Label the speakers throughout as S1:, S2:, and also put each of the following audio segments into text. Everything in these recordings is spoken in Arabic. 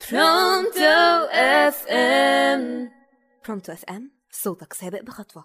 S1: برونتو اف ام.
S2: برونتو اف ام، صوتك سابق بخطوة.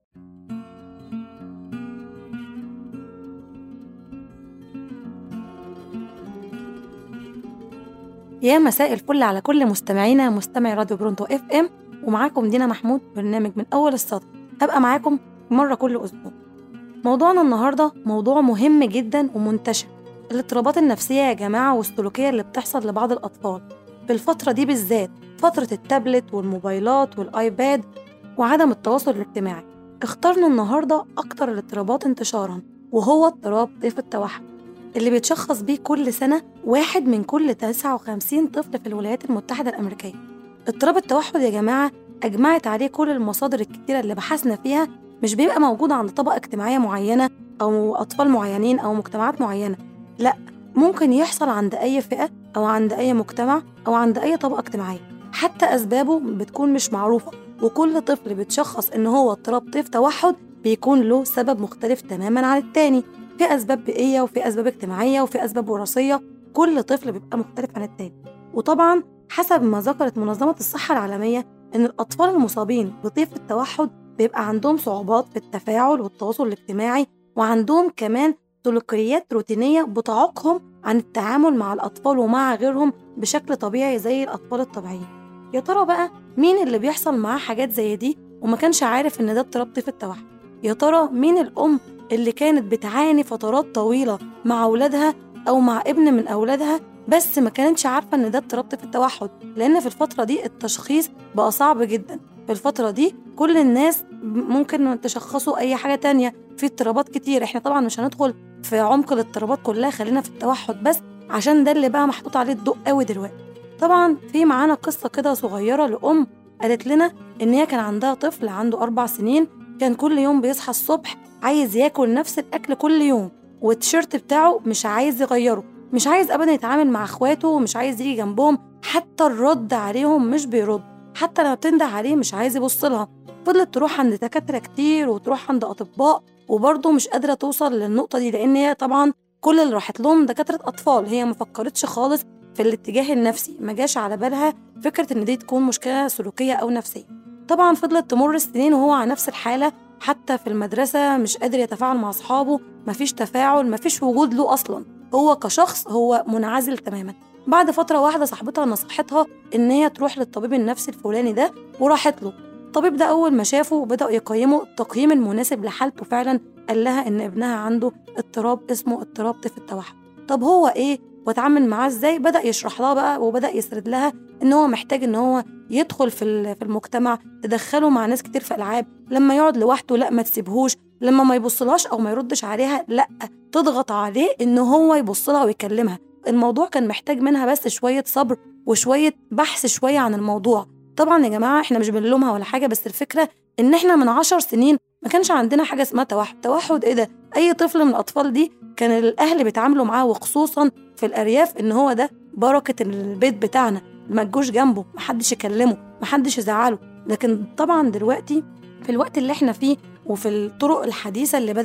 S3: يا مساء الفل على كل مستمعينا مستمعي راديو برونتو اف ام، ومعاكم دينا محمود، برنامج من اول السطر. هبقى معاكم مرة كل اسبوع. موضوعنا النهاردة موضوع مهم جدا ومنتشر، الاضطرابات النفسية يا جماعة والسلوكية اللي بتحصل لبعض الأطفال في الفترة دي بالذات، فترة التابلت والموبايلات والآيباد وعدم التواصل الاجتماعي. اخترنا النهاردة أكتر الاضطرابات انتشاراً، وهو اضطراب طيف التوحد اللي بيتشخص بيه كل سنة 1 من كل 59 طفل في الولايات المتحدة الأمريكية. اضطراب التوحد يا جماعة أجمعت عليه كل المصادر الكتيرة اللي بحثنا فيها، مش بيبقى موجود عند طبقة اجتماعية معينة أو أطفال معينين أو مجتمعات معينة، لأ، ممكن يحصل عند أي فئة أو عند أي مجتمع أو عند أي طبقة اجتماعية، حتى أسبابه بتكون مش معروفة، وكل طفل بيتشخص إن هو اضطراب طيف توحد بيكون له سبب مختلف تماماً عن التاني. في أسباب بيئية وفي أسباب اجتماعية وفي أسباب وراثية، كل طفل بيبقى مختلف عن التاني. وطبعاً حسب ما ذكرت منظمة الصحة العالمية إن الأطفال المصابين بطيف التوحد بيبقى عندهم صعوبات في التفاعل والتواصل الاجتماعي، وعندهم كمان سلوكيات روتينية بتعوقهم عن التعامل مع الأطفال ومع غيرهم بشكل طبيعي زي الأطفال الطبيعيين. يا ترى بقى مين اللي بيحصل معاه حاجات زي دي وما كانش عارف إن ده اضطراب طيف التوحد؟ يا ترى مين الأم اللي كانت بتعاني فترات طويلة مع أولادها أو مع ابن من أولادها بس ما كانتش عارفة إن ده اضطراب طيف التوحد؟ لأن في الفترة دي التشخيص بقى صعب جدا. في الفترة دي كل الناس ممكن تشخصوا أي حاجة تانية، في اضطرابات كتير. احنا طبعا مش هندخل في عمق الاضطرابات كلها، خلينا في التوحد بس عشان ده اللي بقى محطوط عليه الضوء قوي دلوقتي. طبعا في معانا قصة كده صغيرة لأم قالت لنا إن هي كان عندها طفل عنده 4 سنين، كان كل يوم بيصحى الصبح عايز ياكل نفس الأكل كل يوم، والتيشيرت بتاعه مش عايز يغيره، مش عايز أبدا يتعامل مع أخواته، مش عايز يجي جنبهم، حتى الرد عليهم مش بيرد، حتى لما بتنده عليه مش عايز يبص لها. فضلت تروح عند دكاترة كتير وتروح عند أطباء وبرضه مش قادرة توصل للنقطة دي، لأن هي طبعا كل اللي راحت لهم دكاترة أطفال، هي ما فكرتش خالص في الاتجاه النفسي، ما جاش على بالها فكرة إن دي تكون مشكلة سلوكية أو نفسية. طبعا فضلت تمر السنين وهو على نفس الحالة، حتى في المدرسة مش قادر يتفاعل مع أصحابه، مفيش تفاعل، مفيش وجود له أصلا، هو كشخص هو منعزل تماما. بعد فترة واحدة صاحبتها نصحتها إن هي تروح للطبيب النفسي الفلاني ده، وراحت له. الطبيب ده أول ما شافه بدأ يقيمه التقييم المناسب لحالته فعلا، قال لها إن ابنها عنده اضطراب اسمه اضطراب طيف التوحد. طب هو إيه واتعامل معاه إزاي؟ بدأ يشرح لها بقى وبدأ يسرد لها إن هو محتاج إن هو يدخل في المجتمع، تدخله مع ناس كتير في ألعاب، لما يقعد لوحده لا ما تسيبهوش، لما ما يبصلهاش أو ما يردش عليها لا تضغط عليه إن هو يبصلها ويكلمها. الموضوع كان محتاج منها بس شوية صبر وشوية بحث شوية عن الموضوع. طبعا يا جماعة احنا مش بنلومها ولا حاجة، بس الفكرة إن احنا من 10 سنين ما كانش عندنا حاجة اسمها توحد. إيه ده؟ أي طفل من الأطفال دي كان الأهل بيتعاملوا معاه، وخصوصا في الأرياف، إن هو ده بركة البيت بتاعنا، ما تجوش جنبه، محدش يكلمه، محدش يزعله. لكن طبعا دلوقتي في الوقت اللي احنا فيه وفي الطرق الحديثة اللي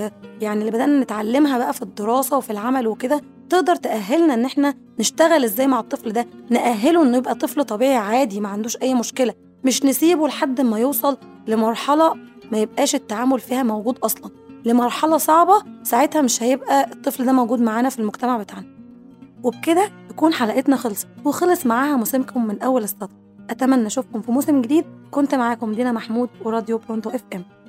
S3: بدأنا نتعلمها بقى في الدراسة وفي العمل وكده، تقدر تأهلنا ان احنا نشتغل ازاي مع الطفل ده، نأهله انه يبقى طفل طبيعي عادي ما عندوش اي مشكلة، مش نسيبه لحد ما يوصل لمرحلة ما يبقاش التعامل فيها موجود اصلا، لمرحلة صعبة، ساعتها مش هيبقى الطفل ده موجود معانا في المجتمع بتاعنا. وبكده تكون حلقتنا خلصت وخلص معاها موسمكم من اول السطر. اتمنى اشوفكم في موسم جديد. كنت معاكم دينا محمود وراديو برونتو اف ام.